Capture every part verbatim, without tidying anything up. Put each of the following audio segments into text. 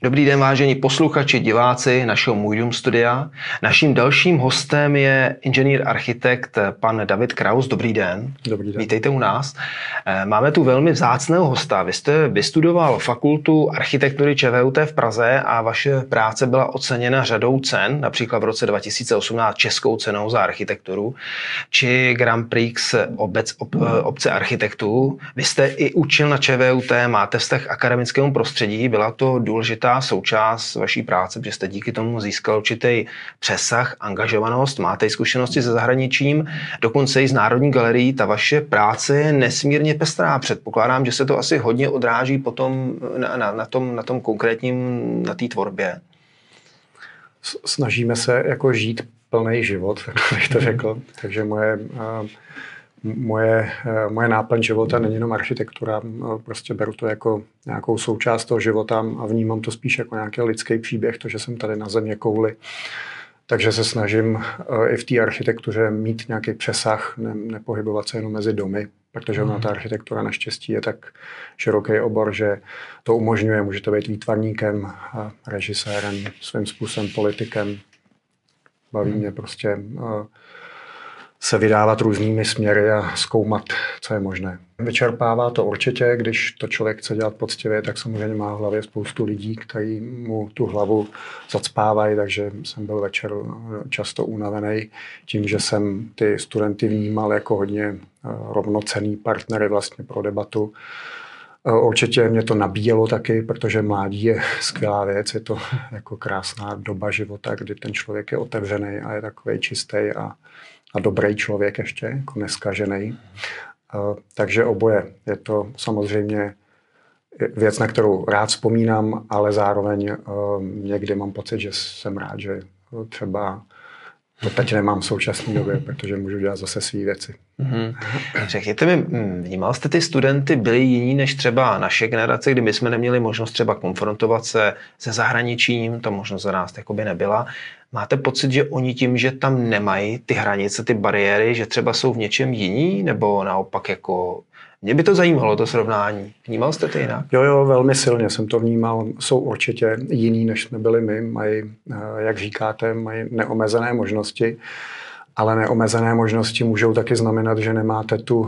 Dobrý den, vážení posluchači, diváci našeho Můj dům studia. Naším dalším hostem je inženýr architekt pan David Kraus. Dobrý den. Dobrý den. Vítejte u nás. Máme tu velmi vzácného hosta. Vy jste vystudoval fakultu architektury ČVUT v Praze a vaše práce byla oceněna řadou cen, například v roce dva tisíce osmnáct českou cenou za architekturu, či Grand Prix obec, ob, obce architektů. Vy jste i učil na ČVUT, máte vztah k akademickému prostředí, byla to důležitá součást vaší práce, protože jste díky tomu získal určitý přesah, angažovanost, máte i zkušenosti se zahraničím, dokonce i z Národní galerií. Ta vaše práce je nesmírně pestrá. Předpokládám, že se to asi hodně odráží potom na, na, na, tom, na tom konkrétním, na té tvorbě. Snažíme se jako žít plný život, jak to řekl. Takže moje, moje, moje náplň života není jenom architektura. Prostě beru to jako nějakou součást toho života a vnímám to spíš jako nějaký lidský příběh, to, že jsem tady na země kouli. Takže se snažím i v té architektuře mít nějaký přesah, ne, nepohybovat se jenom mezi domy, protože ona ta architektura naštěstí je tak široký obor, že to umožňuje. Můžete být výtvarníkem, režisérem, svým způsobem politikem. Baví mě prostě se vydávat různými směry a zkoumat, co je možné. Vyčerpává to určitě, když to člověk chce dělat poctivě, tak samozřejmě má v hlavě spoustu lidí, kteří mu tu hlavu zacpávají, takže jsem byl večer často unavený tím, že jsem ty studenty vnímal jako hodně rovnocenný partnery vlastně pro debatu. Určitě mě to nabíjelo taky, protože mládí je skvělá věc, je to jako krásná doba života, kdy ten člověk je otevřený a je takovej čistý a a dobrý člověk ještě, jako neskažený. Takže oboje. Je to samozřejmě věc, na kterou rád vzpomínám, ale zároveň někdy mám pocit, že jsem rád, že třeba to teď nemám v současné době, protože můžu dělat zase svý věci. Mm-hmm. Řekněte mi, vnímal jste ty studenty, byli jiní než třeba naše generace, kdy my jsme neměli možnost třeba konfrontovat se se zahraničím, ta možnost za nás jakoby nebyla. Máte pocit, že oni tím, že tam nemají ty hranice, ty bariéry, že třeba jsou v něčem jiní, nebo naopak jako... Mě by to zajímalo, to srovnání. Vnímal jste to jinak? Jo, jo, velmi silně jsem to vnímal. Jsou určitě jiní, než jsme byli my. Mají, jak říkáte, mají neomezené možnosti, ale neomezené možnosti můžou taky znamenat, že nemáte tu,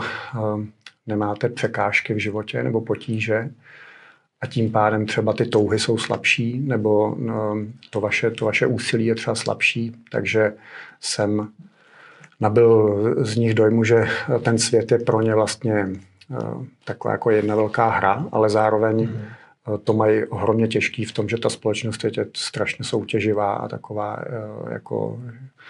nemáte překážky v životě nebo potíže a tím pádem třeba ty touhy jsou slabší nebo to vaše, to vaše úsilí je třeba slabší, takže jsem nabyl z nich dojmu, že ten svět je pro ně vlastně taková jako jedna velká hra, ale zároveň mm. to mají ohromně těžký v tom, že ta společnost je strašně soutěživá a taková jako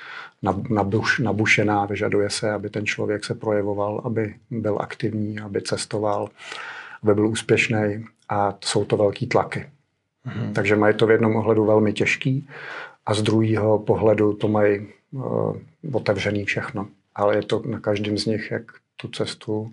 nabuš, nabušená, vyžaduje se, aby ten člověk se projevoval, aby byl aktivní, aby cestoval, aby byl úspěšný a jsou to velký tlaky. Mm. Takže mají to v jednom ohledu velmi těžký a z druhého pohledu to mají uh, otevřený všechno. Ale je to na každém z nich, jak tu cestu,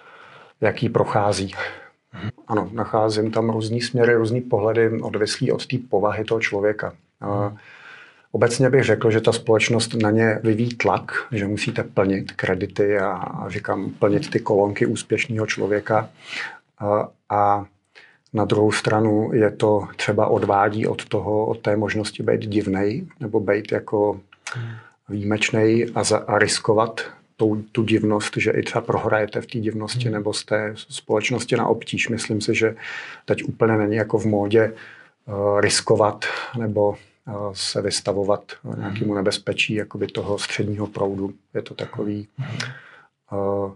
jak jí prochází. Mm. Ano, nacházím tam různý směry, různý pohledy odvislý od té povahy toho člověka. Mm. Uh, obecně bych řekl, že ta společnost na ně vyvíjí tlak, že musíte plnit kredity a, a říkám, plnit ty kolonky úspěšného člověka. Uh, a na druhou stranu je to třeba odvádí od toho, od té možnosti být divnej nebo být jako výjimečnej a, za, a riskovat tu, tu divnost, že i třeba prohrajete v té divnosti nebo z té společnosti na obtíž. Myslím si, že teď úplně není jako v módě uh, riskovat nebo uh, se vystavovat nějakému nebezpečí jakoby toho středního proudu. Je to takový uh,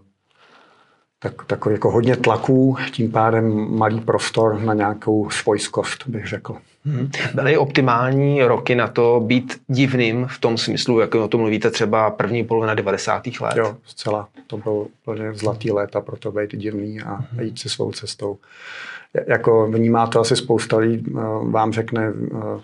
Tak, takový jako hodně tlaků, tím pádem malý prostor na nějakou svojskost, bych řekl. Hmm. Byly optimální roky na to být divným v tom smyslu, jak o tom mluvíte, třeba první polovina devadesátých let? Jo, zcela. To byl úplně zlatý léta pro to být divný a hmm. jít si svou cestou. Jako vnímá to asi spousta lidí, vám řekne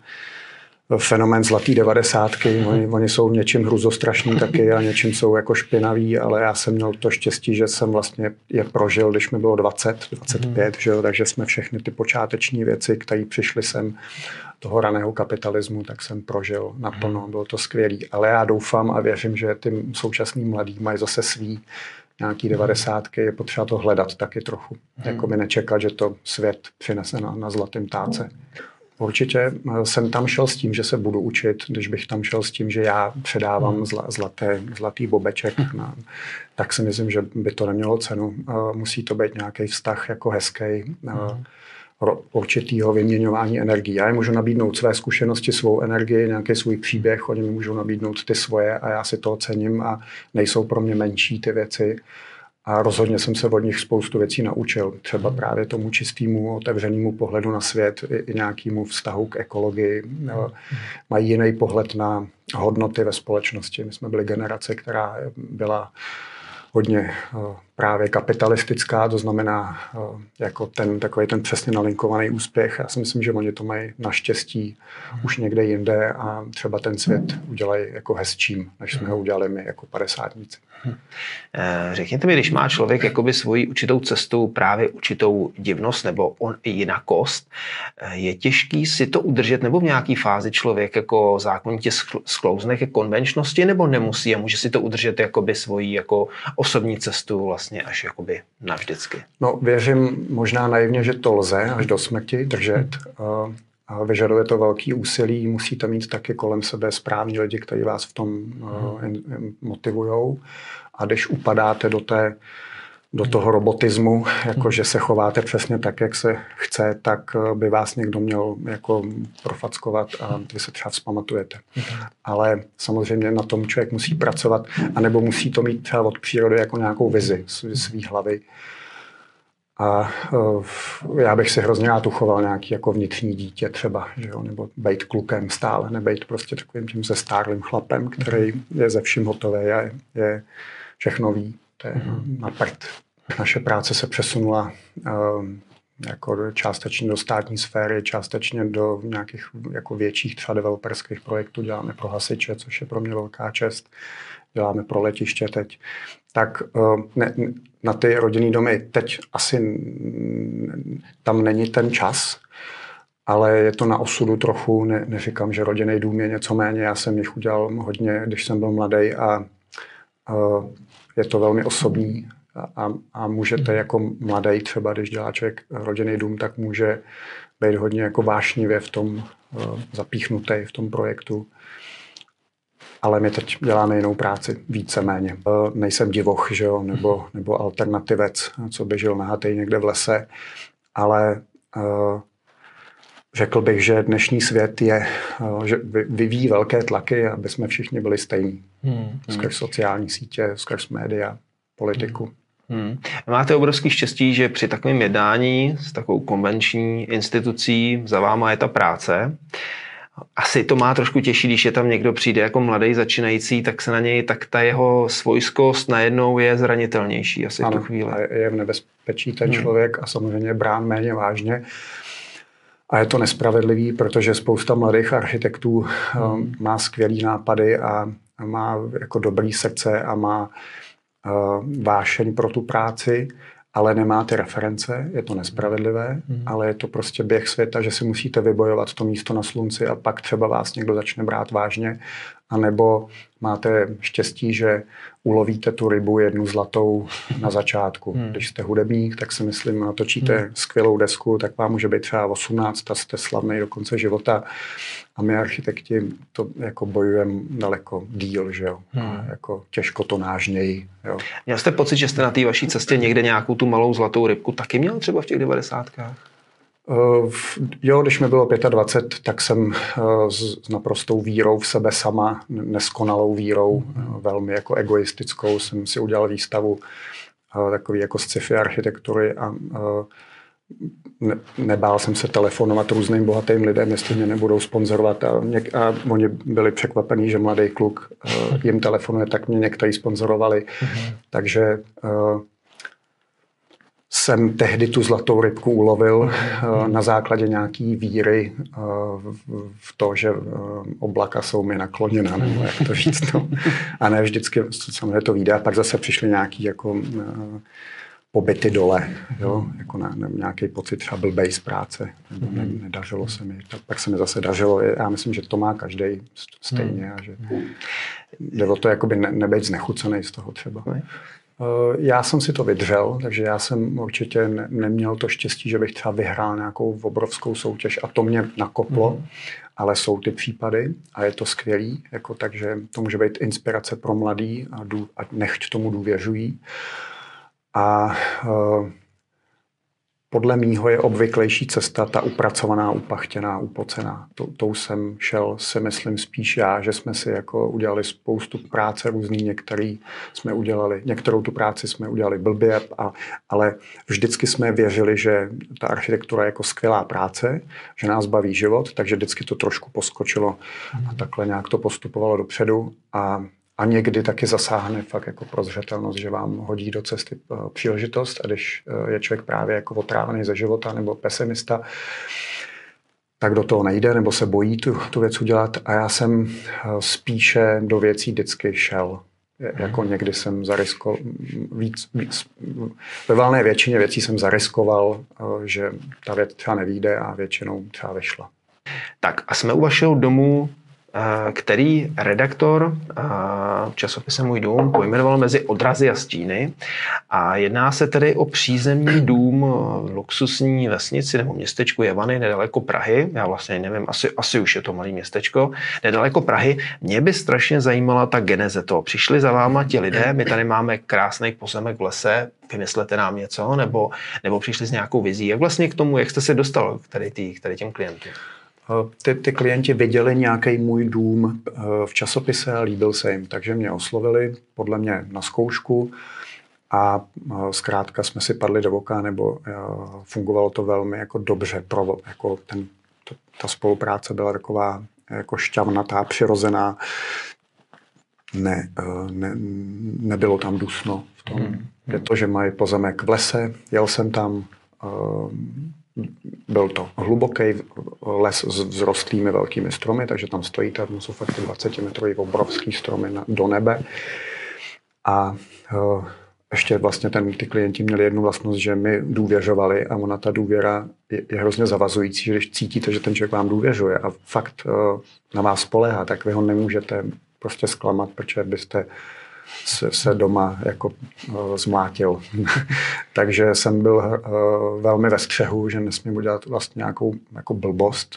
fenomén zlatý devadesátky. Oni, oni jsou něčím hruzostrašný taky a něčím jsou jako špinaví, ale já jsem měl to štěstí, že jsem vlastně je prožil, když mi bylo dvacet, dvacet pět, mm. že jo? Takže jsme všechny ty počáteční věci, které přišly sem toho raného kapitalismu, tak jsem prožil naplno. Bylo to skvělý. Ale já doufám a věřím, že ty současný mladí mají zase svý nějaký devadesátky, je potřeba to hledat taky trochu. Mm. Jako by nečekat, že to svět přinese na, na zlatém táce. Určitě jsem tam šel s tím, že se budu učit, když bych tam šel s tím, že já předávám zla, zlaté, zlatý bobeček, na, tak si myslím, že by to nemělo cenu. Musí to být nějaký vztah jako hezký, určitýho vyměňování energií. Já jim můžu nabídnout své zkušenosti, svou energii, nějaký svůj příběh, oni mi můžou nabídnout ty svoje a já si to cením a nejsou pro mě menší ty věci. A rozhodně jsem se od nich spoustu věcí naučil. Třeba právě tomu čistému, otevřenému pohledu na svět i, i nějakému vztahu k ekologii. Mají jiný pohled na hodnoty ve společnosti. My jsme byli generace, která byla hodně právě kapitalistická, to znamená jako ten, takový ten přesně nalinkovaný úspěch. Já si myslím, že oni to mají naštěstí už někde jinde a třeba ten svět udělají jako hezčím, než jsme ho udělali my jako padesátníci. Řekněte mi, když má člověk jakoby svoji určitou cestu, právě určitou divnost nebo on jinakost, je těžký si to udržet nebo v nějaký fázi člověk jako zákonitě sklouzne ke konvenčnosti nebo nemusí a může si to udržet jakoby svoji jako osobní cestu vlastně až jakoby navždycky? No věřím možná naivně, že to lze až do smrti držet. Hmm. A vyžaduje to velký úsilí, musíte mít taky kolem sebe správní lidi, kteří vás v tom hmm. motivujou. A když upadáte do, té, do toho robotismu, jako že se chováte přesně tak, jak se chce, tak by vás někdo měl jako profackovat a vy se třeba vzpamatujete. Ale samozřejmě na tom člověk musí pracovat, anebo musí to mít třeba od přírody jako nějakou vizi svý hlavy. A uh, já bych si hrozně rád uchoval nějaký jako vnitřní dítě třeba, že jo? Nebo bejt klukem stále, nebejt prostě takovým tím zestárlým chlapem, který je ze vším hotový a je, je všechno ví. To je mm-hmm. na prd. Naše práce se přesunula uh, jako částečně do státní sféry, částečně do nějakých jako větších třeba developerských projektů. Děláme pro hasiče, což je pro mě velká čest. Děláme pro letiště teď. Tak uh, ne, na ty rodinný domy teď asi tam není ten čas, ale je to na osudu trochu. Ne, neříkám, že rodinný dům je něco méně. Já jsem jich udělal hodně, když jsem byl mladý a uh, je to velmi osobní a, a můžete jako mladý třeba, když dělá člověk rodinný dům, tak může být hodně jako vášnivě v tom uh, zapíchnutý v tom projektu. Ale my teď děláme jinou práci, víceméně. Uh, nejsem divoch, že jo, nebo, nebo alternativec, co by žil nahatej někde v lese, ale uh, řekl bych, že dnešní svět je, uh, že vyvíjí velké tlaky, aby jsme všichni byli stejní. Hmm. Skrz sociální sítě, skrz média, politiku. Hmm. Máte obrovský štěstí, že při takovém jednání s takovou konvenční institucí za váma je ta práce. Asi to má trošku těžší, když je tam někdo přijde jako mladý začínající, tak se na něj, tak ta jeho svojskost najednou je zranitelnější asi ano, v tu chvíli. Je v nebezpečí ten hmm. člověk a samozřejmě brán méně vážně. A je to nespravedlivý, protože spousta mladých architektů hmm. um, má skvělý nápady a má jako dobrý srdce a má uh, vášeň pro tu práci, ale nemáte reference, je to nespravedlivé, mm. ale je to prostě běh světa, že si musíte vybojovat to místo na slunci a pak třeba vás někdo začne brát vážně, anebo máte štěstí, že ulovíte tu rybu jednu zlatou na začátku. Mm. Když jste hudebník, tak si myslím, natočíte mm. skvělou desku, tak vám může být třeba osmnáct a jste slavný do konce života. A my architekti to jako bojujeme daleko díl, že jo. Hmm. Jako těžko to nážněji, jo. Měl jste pocit, že jste na té vaší cestě někde nějakou tu malou zlatou rybku taky měl třeba v těch devadesátkách? Uh, jo, když mi bylo dvacet pět, tak jsem uh, s, s naprostou vírou v sebe sama, neskonalou vírou, hmm. uh, velmi jako egoistickou, jsem si udělal výstavu uh, takový jako sci-fi architektury a uh, Ne, nebál jsem se telefonovat různým bohatým lidem, jestli mě nebudou sponzorovat a, něk, a oni byli překvapení, že mladý kluk uh, jim telefonuje, tak mě někteří sponzorovali. Mm-hmm. Takže uh, jsem tehdy tu zlatou rybku ulovil mm-hmm. uh, na základě nějaký víry uh, v, v to, že uh, oblaka jsou mi nakloněna, nebo jak to říct. No. A ne vždycky, samozřejmě to vyjde, a pak zase přišly nějaký jako uh, pobyty dole, jo, jako na, na nějaký pocit třeba blbej z práce, nebo ne, nedařilo se mi, tak pak se mi zase dařilo. Já myslím, že to má každý stejně a že jde o to jakoby ne, nebejt znechucený z toho třeba. Já jsem si to vydřel, takže já jsem určitě ne- neměl to štěstí, že bych třeba vyhrál nějakou obrovskou soutěž a to mě nakoplo, mm. ale jsou ty případy a je to skvělý, jako, takže to může být inspirace pro mladý a, dů, a nechť tomu důvěřují. A uh, podle mýho je obvyklejší cesta ta upracovaná, upachtěná, upocená. To, tou jsem šel, si myslím, spíš já, že jsme si jako udělali spoustu práce různý, některý jsme udělali, některou tu práci jsme udělali blbě, a, ale vždycky jsme věřili, že ta architektura je jako skvělá práce, že nás baví život, takže vždycky to trošku poskočilo a takhle nějak to postupovalo dopředu a A někdy taky zasáhne fakt jako prozřetelnost, že vám hodí do cesty příležitost a když je člověk právě jako otrávený ze života nebo pesimista, tak do toho nejde nebo se bojí tu, tu věc udělat a já jsem spíše do věcí vždycky šel. Jako někdy jsem zariskoval, víc, víc, ve valné většině věcí jsem zariskoval, že ta věc třeba nevyjde a většinou třeba vyšla. Tak a jsme u vašeho domu, který redaktor časopise Můj dům pojmenoval mezi odrazy a stíny. A jedná se tedy o přízemní dům v luxusní vesnici nebo městečku Jevany nedaleko Prahy. Já vlastně nevím, asi, asi už je to malé městečko. Nedaleko Prahy. Mě by strašně zajímala ta geneze toho. Přišli za váma ti lidé, my tady máme krásný pozemek v lese, vymyslete nám něco, nebo, nebo přišli s nějakou vizí. Jak vlastně k tomu, jak jste se dostal k tady, tý, k tady těm klientům? Ty, ty klienti viděli nějaký můj dům v časopise a líbil se jim, takže mě oslovili, podle mě na zkoušku a zkrátka jsme si padli do oka, nebo fungovalo to velmi jako dobře. Pro, jako ten, to, ta spolupráce byla taková jako šťavnatá, přirozená. Ne, ne, nebylo tam dusno v tom. Hmm. Je to, že mají pozemek v lese, jel jsem tam, byl to hluboký les s vzrostlými velkými stromy, takže tam stojíte, tam jsou fakt dvacetimetrový obrovský stromy na, do nebe. A uh, ještě vlastně ten, ty klienti měli jednu vlastnost, že mi důvěřovali a ona ta důvěra je, je hrozně zavazující, že když cítíte, že ten člověk vám důvěřuje a fakt uh, na vás spoléhá, tak vy ho nemůžete prostě zklamat, protože byste se, se doma jako uh, zmlátil. Takže jsem byl uh, velmi ve střehu, že nesmím udělat vlastně nějakou jako blbost.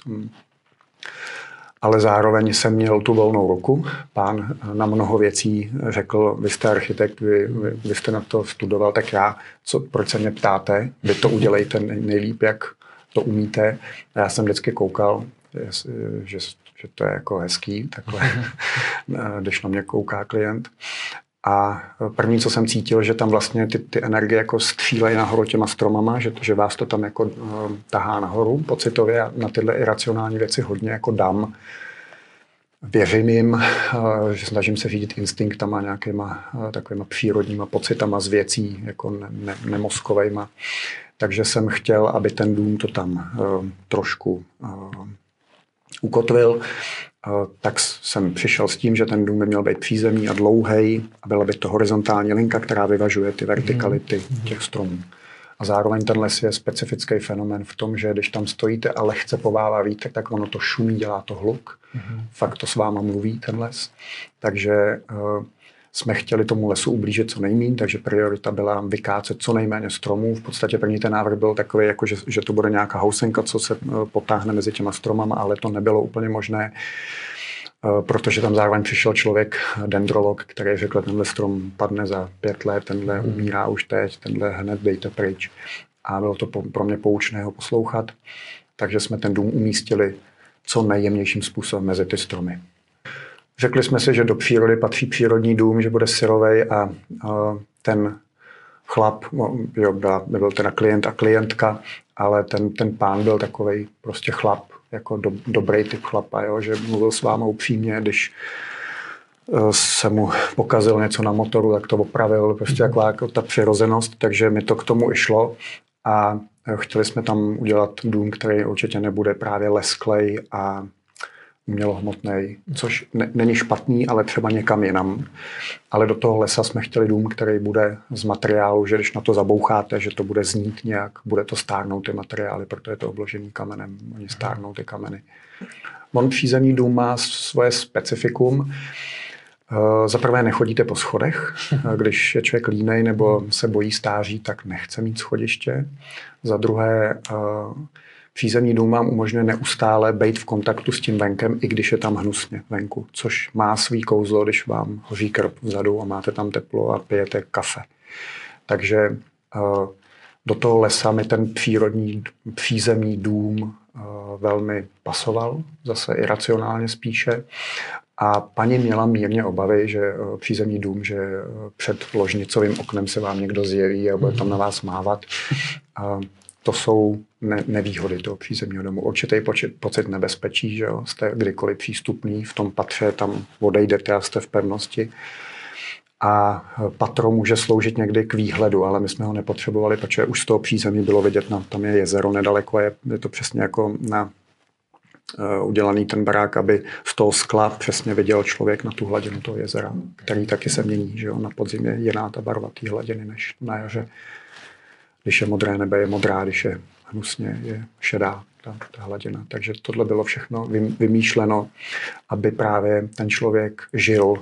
Ale zároveň jsem měl tu volnou ruku. Pán na mnoho věcí řekl, vy jste architekt, vy, vy, vy jste na to studoval, tak já, co, proč se mě ptáte? Vy to udělejte nejlíp, jak to umíte. A já jsem vždycky koukal, že, že to je jako hezký, takhle, když na mě kouká klient. A první, co jsem cítil, že tam vlastně ty, ty energie jako střílejí nahoru těma stromama, že, že vás to tam jako uh, tahá nahoru pocitově a na tyhle iracionální věci hodně jako dám. Věřím jim, uh, že snažím se řídit instinktama, nějakýma uh, takovýma přírodníma pocitama z věcí, jako ne, ne, nemozkovejma. Takže jsem chtěl, aby ten dům to tam uh, trošku uh, ukotvil. Tak jsem přišel s tím, že ten dům by měl být přízemní a dlouhý a byla by to horizontální linka, která vyvažuje ty vertikality těch stromů. A zároveň ten les je specifický fenomén v tom, že když tam stojíte a lehce povává vítr, tak ono to šumí, dělá to hluk. Mm-hmm. Fakt to s váma mluví, ten les. Takže uh, jsme chtěli tomu lesu ublížit co nejméně, takže priorita byla vykácet co nejméně stromů. V podstatě první ten návrh byl takový, jako že, že to bude nějaká housenka, co se potáhne mezi těma stromama, ale to nebylo úplně možné, protože tam zároveň přišel člověk, dendrolog, který řekl, tenhle strom padne za pět let, tenhle umírá už teď, tenhle hned dejte pryč. A bylo to pro mě poučné ho poslouchat, takže jsme ten dům umístili co nejjemnějším způsobem mezi ty stromy. Řekli jsme si, že do přírody patří přírodní dům, že bude syrovej a, a ten chlap, jo, byla, byl teda klient a klientka, ale ten, ten pán byl takovej prostě chlap, jako do, dobrý typ chlapa, jo, že mluvil s váma upřímně, když se mu pokazil něco na motoru, tak to opravil, prostě taková jako ta přirozenost, takže mi to k tomu i šlo a chtěli jsme tam udělat dům, který určitě nebude právě lesklej a umělohmotnej, což ne, není špatný, ale třeba někam jinam. Ale do toho lesa jsme chtěli dům, který bude z materiálu, že když na to zaboucháte, že to bude znít nějak, bude to stárnout ty materiály, protože je to obložený kamenem, oni stárnou ty kameny. On přízemní dům má svoje specifikum. Za prvé nechodíte po schodech, když je člověk línej nebo se bojí stáří, tak nechce mít schodiště. Za druhé, přízemní dům vám umožňuje neustále být v kontaktu s tím venkem, i když je tam hnusně venku, což má svý kouzlo, když vám hoří krb vzadu a máte tam teplo a pijete kafe. Takže do toho lesa mi ten přírodní přízemní dům velmi pasoval, zase iracionálně spíše. A paní měla mírně obavy, že přízemní dům, že před ložnicovým oknem se vám někdo zjeví a bude tam na vás mávat. A to jsou ne- nevýhody toho přízemního domu. Určitý počet, pocit nebezpečí, že jo? Jste kdykoliv přístupný, v tom patře tam odejdete a jste v pevnosti. A patro může sloužit někdy k výhledu, ale my jsme ho nepotřebovali, protože už z toho přízemí bylo vidět, na, tam je jezero nedaleko a je, je to přesně jako na uh, udělaný ten barák, aby z toho skla přesně viděl člověk na tu hladinu toho jezera, který taky se mění, že jo? Na podzim je jiná ta barva té hladiny než na jaře. Když je modré nebe, je modrá, když je hnusně, je šedá ta, ta hladina. Takže tohle bylo všechno vymýšleno, aby právě ten člověk žil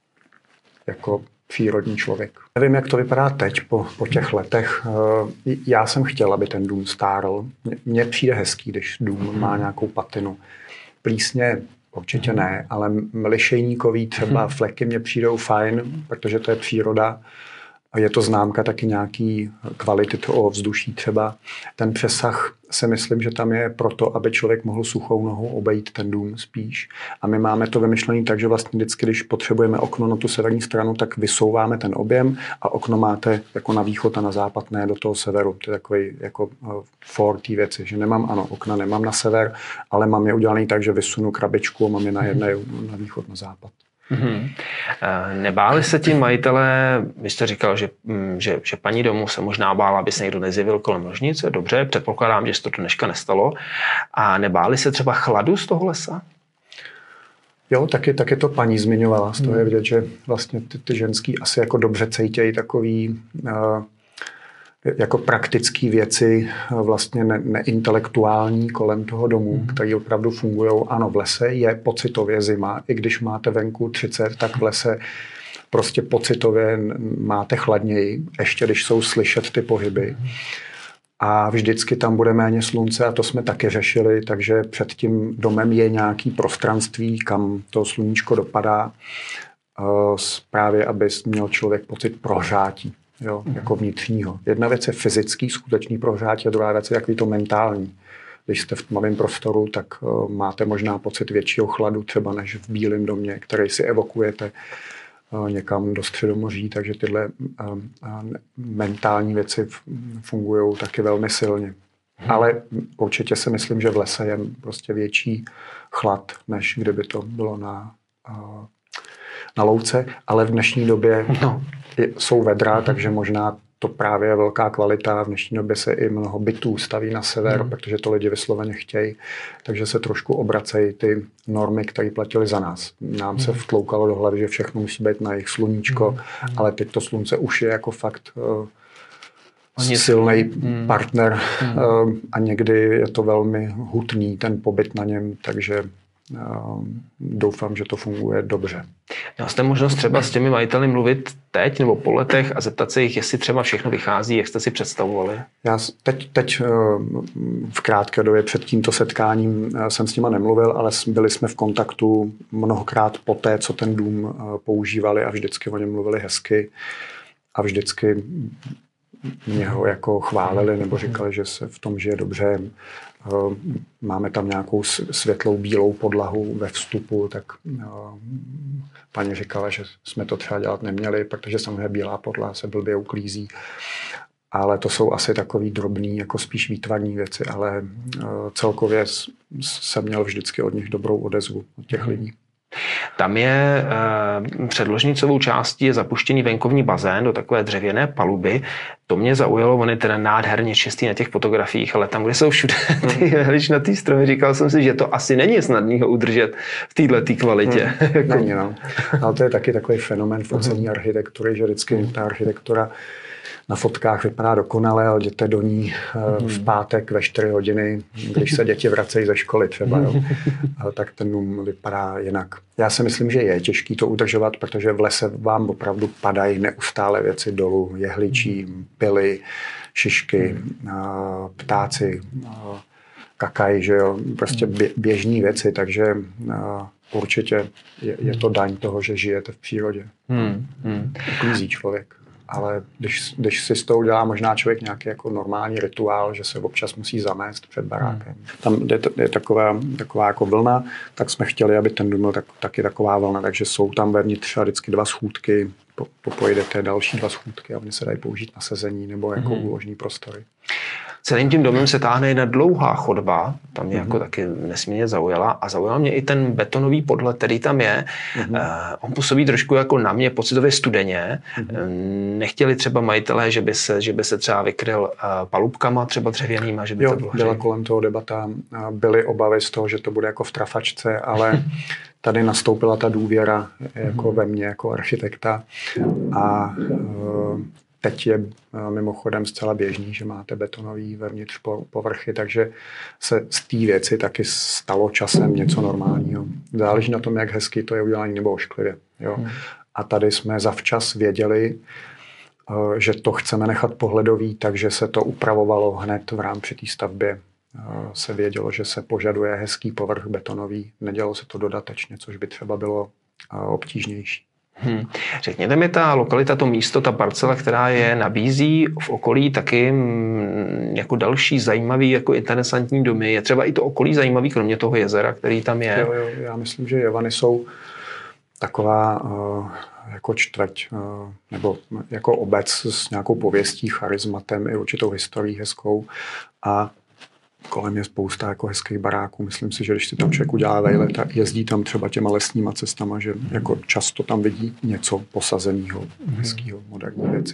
jako přírodní člověk. Nevím, jak to vypadá teď po, po těch letech. Já jsem chtěl, aby ten dům stárl. Mně přijde hezký, když dům má nějakou patinu. Plísně určitě ne, ale lišejníkový třeba fleky mně přijdou fajn, protože to je příroda. Je to známka taky nějaký kvality toho ovzduší třeba. Ten přesah si myslím, že tam je proto, aby člověk mohl suchou nohou obejít ten dům spíš. A my máme to vymyšlené tak, že vlastně vždycky, když potřebujeme okno na tu severní stranu, tak vysouváme ten objem a okno máte jako na východ a na západ, ne do toho severu. To je takový jako for té věci, že nemám, ano, okna nemám na sever, ale mám je udělaný tak, že vysunu krabičku a mám je na jedné na východ, na západ. Mm-hmm. Nebáli se ti majitelé, vy jste říkal, že, že, že paní domu se možná bála, aby se někdo nezjevil kolem ložnice, dobře, předpokládám, že se to do dneška nestalo. A nebáli se třeba chladu z toho lesa? Jo, taky, taky to paní zmiňovala. Z toho je vidět, že vlastně ty, ty ženský asi jako dobře cítějí takový uh, jako praktické věci, vlastně ne, neintelektuální kolem toho domu, mm. které opravdu fungují. Ano, v lese je pocitově zima. I když máte venku třicet, tak v lese prostě pocitově máte chladněji, ještě když jsou slyšet ty pohyby. A vždycky tam bude méně slunce a to jsme taky řešili, takže před tím domem je nějaký prostranství, kam to sluníčko dopadá, právě aby měl člověk pocit prohřátí. Jo, jako vnitřního. Jedna věc je fyzický, skutečný prohřátí a druhá věc je takový to mentální. Když jste v tmavém prostoru, tak uh, máte možná pocit většího chladu třeba než v bílém domě, který si evokujete uh, někam do Středomoří, takže tyhle uh, uh, mentální věci fungují taky velmi silně. Hmm. Ale určitě si myslím, že v lese je prostě větší chlad, než kdyby to bylo na, uh, na louce, ale v dnešní době no. jsou vedra, takže možná to právě je velká kvalita. V dnešní době se i mnoho bytů staví na sever, mm. protože to lidi vysloveně chtějí. Takže se trošku obracejí ty normy, které platily za nás. Nám mm. se vtloukalo do hlavy, že všechno musí být na jejich sluníčko, mm. ale teď to slunce už je jako fakt uh, silný mm. partner mm. Uh, a někdy je to velmi hutný ten pobyt na něm, takže uh, doufám, že to funguje dobře. Měl jste možnost třeba s těmi majiteli mluvit teď nebo po letech a zeptat se jich, jestli třeba všechno vychází, jak jste si představovali? Já teď, teď v krátké době před tímto setkáním jsem s nima nemluvil, ale byli jsme v kontaktu mnohokrát po té, co ten dům používali a vždycky o něm mluvili hezky a vždycky mě ho jako chválili nebo říkali, že se v tom žije dobře. Máme tam nějakou světlou bílou podlahu ve vstupu, tak paní říkala, že jsme to třeba dělat neměli, protože samozřejmě bílá podlaha se blbě uklízí. Ale to jsou asi takový drobný, jako spíš výtvarní věci, ale celkově jsem měl vždycky od nich dobrou odezvu, od těch lidí. Tam je e, před ložnicovou částí je zapuštěný venkovní bazén do takové dřevěné paluby. To mě zaujalo, on je teda nádherně čistý na těch fotografiích, ale tam, kde jsou všude ty heličnatý stromy, říkal jsem si, že to asi není snadný ho udržet v této kvalitě. Hmm, není, no. Ale to je taky takový fenomén focení architektury, že vždycky ta architektura na fotkách vypadá dokonale, ale jděte do ní mm. v pátek ve čtyři hodiny, když se děti vracejí ze školy třeba, jo. Tak ten dům vypadá jinak. Já si myslím, že je těžký to udržovat, protože v lese vám opravdu padají neustále věci dolů, jehličí, pily, šišky, mm. ptáci, kakaj, že jo, prostě běžné věci, takže určitě je, je to daň toho, že žijete v přírodě. Hmm. Hmm. Uklízí člověk. Ale když, když si s tou dělá možná člověk nějaký jako normální rituál, že se občas musí zamést před barákem. Hmm. Tam je, je taková, taková jako vlna, tak jsme chtěli, aby ten dům byl tak, taky taková vlna, takže jsou tam vevnitř vždycky dva schůdky, po, popojedete další dva schůdky a oni se dají použít na sezení nebo jako hmm. úložní prostory. Celým tím domem se táhne jedna dlouhá chodba, tam mě mm-hmm. jako taky nesmírně zaujala a zaujal mě i ten betonový podhled, který tam je. Mm-hmm. Uh, on působí trošku jako na mě pocitově studeně. Mm-hmm. Uh, nechtěli třeba majitelé, že by se, že by se třeba vykryl uh, palubkama třeba dřevěnýma, že by jo, to bylo byla kolem toho debata, byly obavy z toho, že to bude jako v trafačce, ale tady nastoupila ta důvěra jako mm-hmm. ve mně, jako architekta a uh, teď je mimochodem zcela běžný, že máte betonový vevnitř povrchy, takže se z té věci taky stalo časem něco normálního. Záleží na tom, jak hezky to je udělané nebo ošklivě. Jo. Hmm. A tady jsme zavčas věděli, že to chceme nechat pohledový, takže se to upravovalo hned v rámci té stavbě. Se vědělo, že se požaduje hezký povrch betonový, nedělo se to dodatečně, což by třeba bylo obtížnější. Hmm. Řekněte mi, ta lokalita, to místo, ta parcela, která je, nabízí v okolí taky jako další zajímavý, jako interesantní domy. Je třeba i to okolí zajímavý, kromě toho jezera, který tam je? Jo, jo, já myslím, že Jevany jsou taková uh, jako čtvrť, uh, nebo jako obec s nějakou pověstí, charizmatem i určitou historií hezkou a kolem je spousta jako hezkých baráků. Myslím si, že když si tam člověk udělá vejlet a jezdí tam třeba těma lesníma cestama, že jako často tam vidí něco posazeného, mm. hezkého, moderní věci.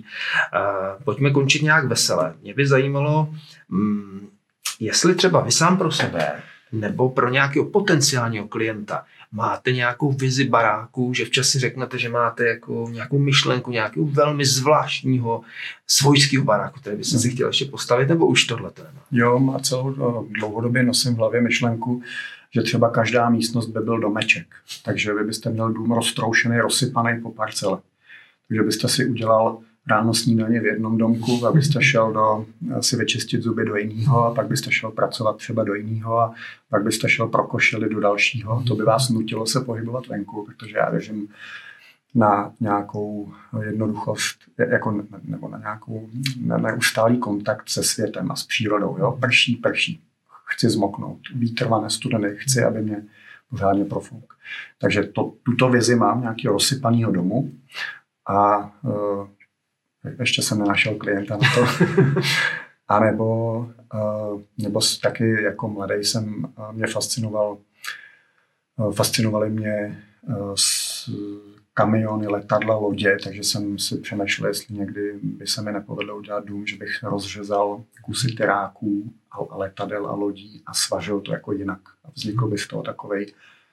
Uh, pojďme končit nějak veselé. Mě by zajímalo, mm, jestli třeba vy sám pro sebe nebo pro nějakého potenciálního klienta máte nějakou vizi baráku, že včas si řeknete, že máte jako nějakou myšlenku nějakého velmi zvláštního svojského baráku, který by si chtěl ještě postavit, nebo už tohle to nemá? Jo, má celou dlouhodobě nosím v hlavě myšlenku, že třeba každá místnost by byl domeček. Takže vy byste měl dům roztroušený, rozsypaný po parcele. Takže byste si udělal ráno snídaně v jednom domku, abyste šel do, si vyčistit zuby do jiného a pak byste šel pracovat třeba do jiného a pak byste šel pro košili do dalšího. To by vás nutilo se pohybovat venku, protože já věřím na nějakou jednoduchost, jako, nebo na nějakou na neustálý kontakt se světem a s přírodou. Jo? Prší, prší. Chci zmoknout. Vítr vane studený. Chci, aby mě pořádně profouk. Takže to, tuto vizi mám nějakého rozsypaného domu a uh, ještě jsem nenašel klienta na to. A nebo, uh, nebo taky jako mladý jsem, uh, mě fascinoval, uh, fascinovaly mě uh, s, kamiony, letadla, lodě, takže jsem si přemýšlel, jestli někdy by se mi nepovedlo udělat dům, že bych rozřezal kusy tyráků a letadel a lodí a svažil to jako jinak. A vznikl by z toho takovej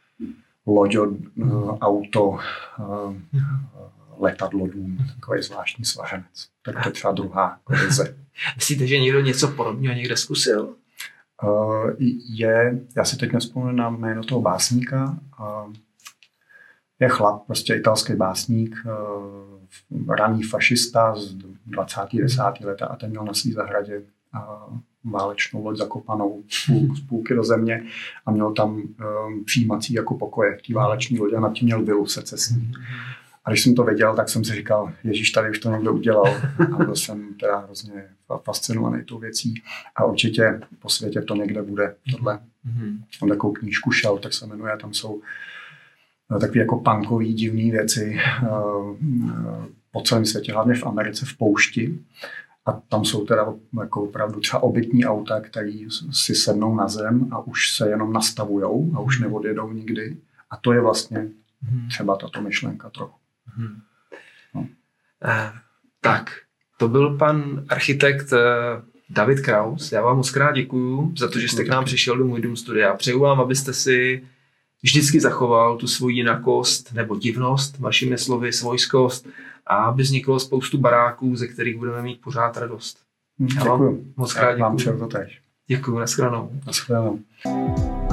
loďo, uh, auto, uh, letadlo, dům, takový zvláštní svařenec. Tak to je třeba druhá vize. Myslíte, že někdo něco podobného někde zkusil? Uh, je, já si teď nevzpomínám na jméno toho básníka. Uh, je chlap, prostě italský básník, uh, raný fašista z dvacátých desátých leta a ten měl na svý zahradě uh, válečnou loď zakopanou z, půl, z půlky do země a měl tam um, přijímací jako pokoje v té váleční lodi a nad tím měl vilu secesní. A když jsem to věděl, tak jsem si říkal, ježíš, tady už to někdo udělal. A byl jsem teda hrozně fascinovaný tou věcí. A určitě po světě to někde bude. Tohle. Mám takovou knížku šel, tak se jmenuje, tam jsou takové jako punkový divné věci po celém světě, hlavně v Americe, v poušti. A tam jsou teda jako opravdu třeba obytní auta, které si sednou na zem a už se jenom nastavujou a už neodjedou nikdy. A to je vlastně třeba tato myšlenka trochu. Hmm. No. Eh, tak, to byl pan architekt eh, David Kraus. Já vám moc krát děkuju za to, že jste k nám přišel do Můj dům studia. Přeju vám, abyste si vždycky zachoval tu svoji jinakost nebo divnost, vašimi slovy, svojskost a aby vzniklo spoustu baráků, ze kterých budeme mít pořád radost. Děkuju. Moc krát děkuju. Vám všem to též. Děkuju, nashledanou. Nashledanou.